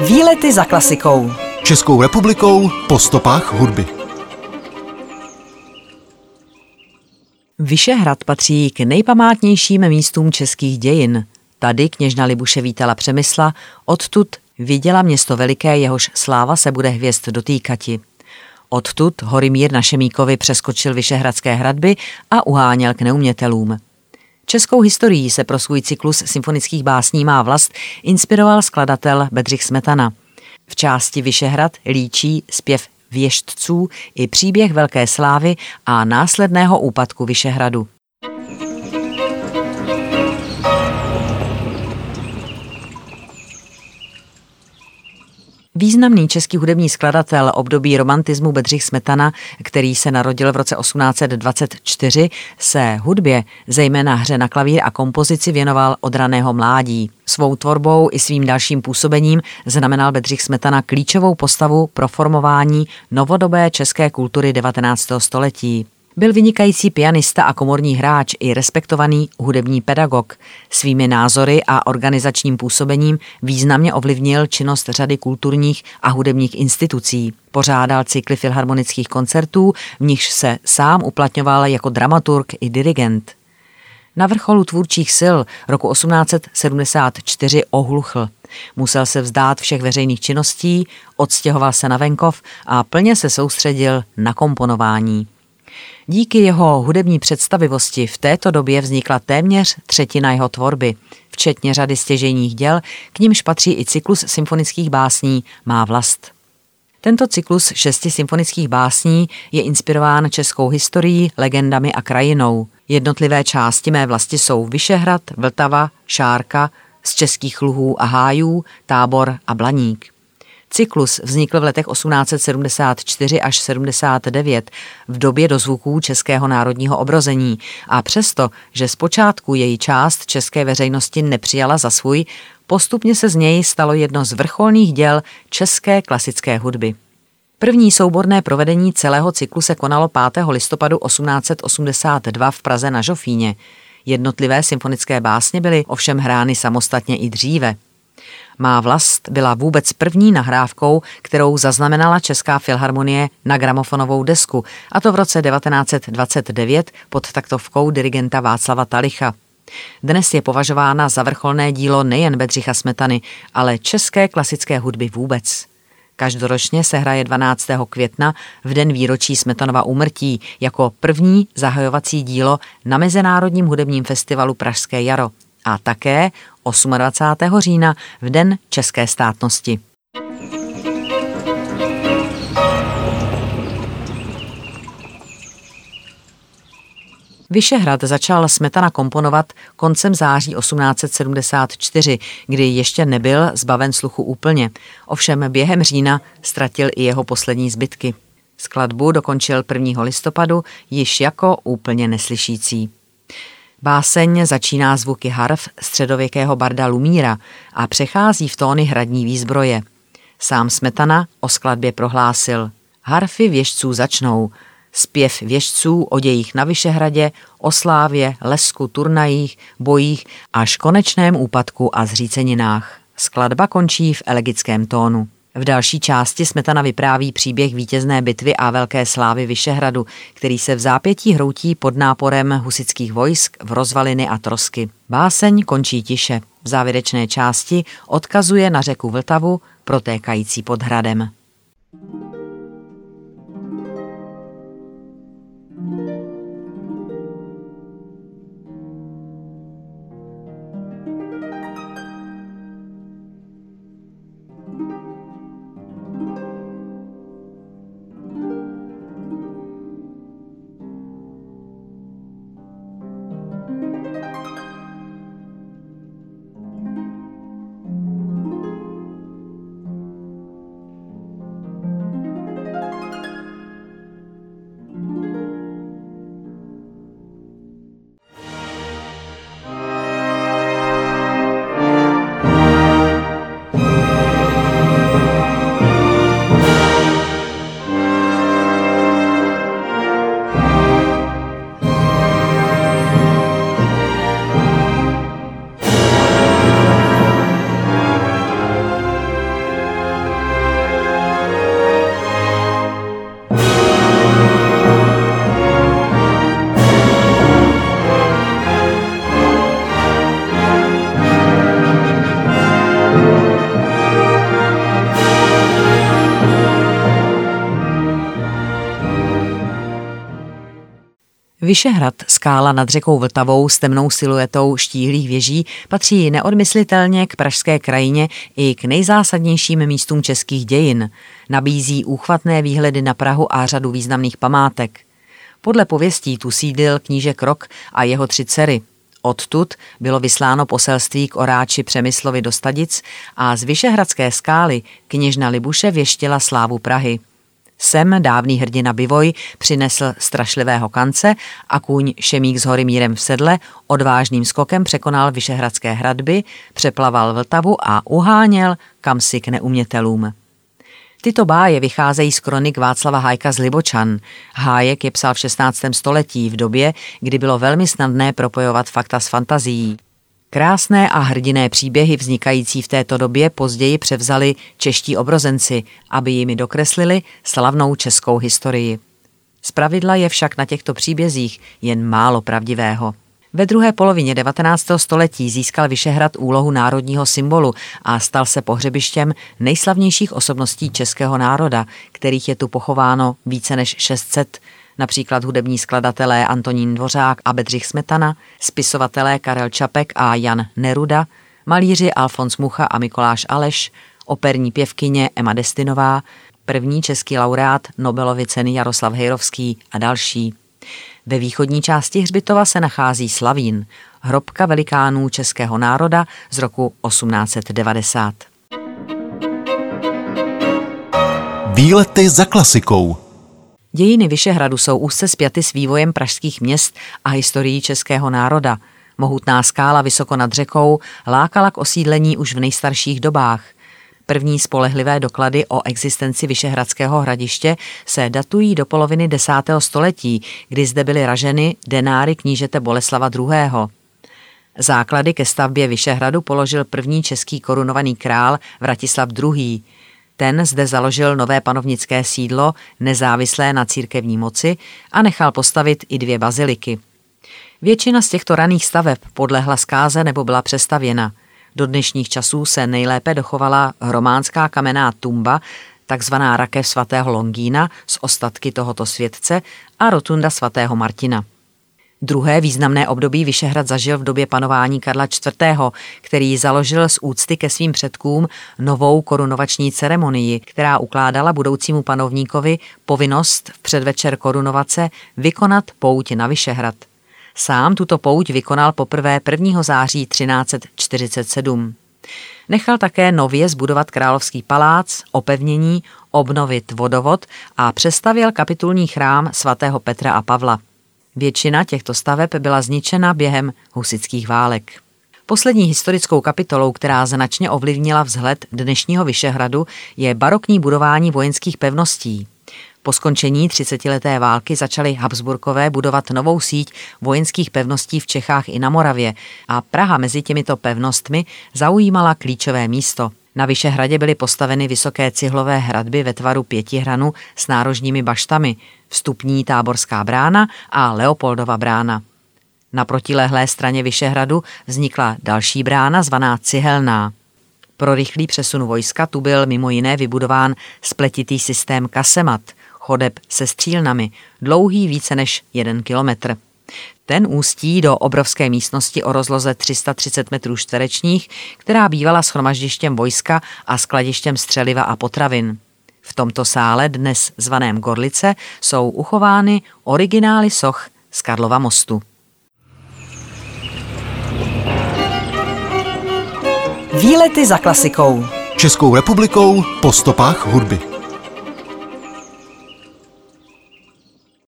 Výlety za klasikou. Českou republikou po stopách hudby. Vyšehrad patří k nejpamátnějším místům českých dějin. Tady kněžna Libuše vítala Přemysla, odtud viděla město veliké, jehož sláva se bude hvězd dotýkati. Odtud Horymír na Šemíkovi přeskočil vyšehradské hradby a uháněl k neumětelům. Českou historií se pro svůj cyklus symfonických básní Má vlast inspiroval skladatel Bedřich Smetana. V části Vyšehrad líčí zpěv věštců i příběh velké slávy a následného úpadku Vyšehradu. Významný český hudební skladatel období romantismu Bedřich Smetana, který se narodil v roce 1824, se hudbě, zejména hře na klavír a kompozici, věnoval od raného mládí. Svou tvorbou i svým dalším působením znamenal Bedřich Smetana klíčovou postavu pro formování novodobé české kultury 19. století. Byl vynikající pianista a komorní hráč i respektovaný hudební pedagog. Svými názory a organizačním působením významně ovlivnil činnost řady kulturních a hudebních institucí. Pořádal cykly filharmonických koncertů, v nichž se sám uplatňoval jako dramaturg i dirigent. Na vrcholu tvůrčích sil roku 1874 ohluchl. Musel se vzdát všech veřejných činností, odstěhoval se na venkov a plně se soustředil na komponování. Díky jeho hudební představivosti v této době vznikla téměř třetina jeho tvorby, včetně řady stěžejních děl, k nimž patří i cyklus symfonických básní Má vlast. Tento cyklus 6 symfonických básní je inspirován českou historií, legendami a krajinou. Jednotlivé části Mé vlasti jsou Vyšehrad, Vltava, Šárka, z českých luhů a hájů, Tábor a Blaník. Cyklus vznikl v letech 1874 až 79 v době dozvuků Českého národního obrození a přesto, že zpočátku její část české veřejnosti nepřijala za svůj, postupně se z něj stalo jedno z vrcholných děl české klasické hudby. První souborné provedení celého cyklu se konalo 5. listopadu 1882 v Praze na Žofíně. Jednotlivé symfonické básně byly ovšem hrány samostatně i dříve. Má vlast byla vůbec první nahrávkou, kterou zaznamenala Česká filharmonie na gramofonovou desku, a to v roce 1929 pod taktovkou dirigenta Václava Talicha. Dnes je považována za vrcholné dílo nejen Bedřicha Smetany, ale české klasické hudby vůbec. Každoročně se hraje 12. května v den výročí Smetanova úmrtí jako první zahajovací dílo na Mezinárodním hudebním festivalu Pražské jaro a také 28. října v den české státnosti. Vyšehrad začal Smetana komponovat koncem září 1874, kdy ještě nebyl zbaven sluchu úplně. Ovšem během října ztratil i jeho poslední zbytky. Skladbu dokončil 1. listopadu již jako úplně neslyšící. Báseň začíná zvuky harf středověkého barda Lumíra a přechází v tóny hradní výzbroje. Sám Smetana o skladbě prohlásil: harfy věštců začnou, zpěv věštců o dějích na Vyšehradě, o slávě, lesku, turnajích, bojích až konečném úpadku a zříceninách. Skladba končí v elegickém tónu. V další části Smetana vypráví příběh vítězné bitvy a velké slávy Vyšehradu, který se v zápětí hroutí pod náporem husitských vojsk v rozvaliny a trosky. Báseň končí tiše. V závěrečné části odkazuje na řeku Vltavu, protékající pod hradem. Vyšehrad, skála nad řekou Vltavou s temnou siluetou štíhlých věží, patří neodmyslitelně k pražské krajině i k nejzásadnějším místům českých dějin. Nabízí úchvatné výhledy na Prahu a řadu významných památek. Podle pověstí tu sídlil kníže Krok a jeho 3 dcery. Odtud bylo vysláno poselství k oráči Přemyslovi do Stadic a z Vyšehradské skály kněžna Libuše věštila slávu Prahy. Sem dávný hrdina Bivoj přinesl strašlivého kance a kůň Šemík s Horymírem v sedle odvážným skokem překonal vyšehradské hradby, přeplaval Vltavu a uháněl kamsi k neumětelům. Tyto báje vycházejí z kronik Václava Hájka z Libočan. Hájek je psal v 16. století v době, kdy bylo velmi snadné propojovat fakta s fantazií. Krásné a hrdinné příběhy vznikající v této době později převzali čeští obrozenci, aby jimi dokreslili slavnou českou historii. Zpravidla je však na těchto příbězích jen málo pravdivého. Ve druhé polovině 19. století získal Vyšehrad úlohu národního symbolu a stal se pohřebištěm nejslavnějších osobností českého národa, kterých je tu pochováno více než 600, například hudební skladatelé Antonín Dvořák a Bedřich Smetana, spisovatelé Karel Čapek a Jan Neruda, malíři Alfons Mucha a Mikoláš Aleš, operní pěvkyně Emma Destinová, první český laureát Nobelovy ceny Jaroslav Hejrovský a další. Ve východní části hřbitova se nachází Slavín, hrobka velikánů českého národa z roku 1890. Výlety za klasikou. Dějiny Vyšehradu jsou úzce spjaty s vývojem pražských měst a historií českého národa. Mohutná skála vysoko nad řekou lákala k osídlení už v nejstarších dobách. První spolehlivé doklady o existenci Vyšehradského hradiště se datují do poloviny 10. století, kdy zde byly raženy denáry knížete Boleslava II. Základy ke stavbě Vyšehradu položil první český korunovaný král Vratislav II. Ten zde založil nové panovnické sídlo, nezávislé na církevní moci, a nechal postavit i 2 baziliky. Většina z těchto raných staveb podlehla zkáze nebo byla přestavěna. Do dnešních časů se nejlépe dochovala románská kamenná tumba, takzvaná rakev svatého Longína s ostatky tohoto světce a rotunda svatého Martina. Druhé významné období Vyšehrad zažil v době panování Karla IV., který založil z úcty ke svým předkům novou korunovační ceremonii, která ukládala budoucímu panovníkovi povinnost v předvečer korunovace vykonat pouť na Vyšehrad. Sám tuto pouť vykonal poprvé 1. září 1347. Nechal také nově zbudovat královský palác, opevnění, obnovit vodovod a přestavěl kapitulní chrám svatého Petra a Pavla. Většina těchto staveb byla zničena během husitských válek. Poslední historickou kapitolou, která značně ovlivnila vzhled dnešního Vyšehradu, je barokní budování vojenských pevností. Po skončení 30leté války začaly Habsburkové budovat novou síť vojenských pevností v Čechách i na Moravě a Praha mezi těmito pevnostmi zaujímala klíčové místo. Na Vyšehradě byly postaveny vysoké cihlové hradby ve tvaru 5hranu s nárožními baštami, vstupní Táborská brána a Leopoldova brána. Na protilehlé straně Vyšehradu vznikla další brána zvaná Cihelná. Pro rychlý přesun vojska tu byl mimo jiné vybudován spletitý systém kasemat, chodeb se střílnami, dlouhý více než 1 kilometr. Ten ústí do obrovské místnosti o rozloze 330 metrů čtverečních, která bývala shromaždištěm vojska a skladištěm střeliva a potravin. V tomto sále, dnes zvaném Gorlice, jsou uchovány originály soch z Karlova mostu. Výlety za klasikou. Českou republikou po stopách hudby.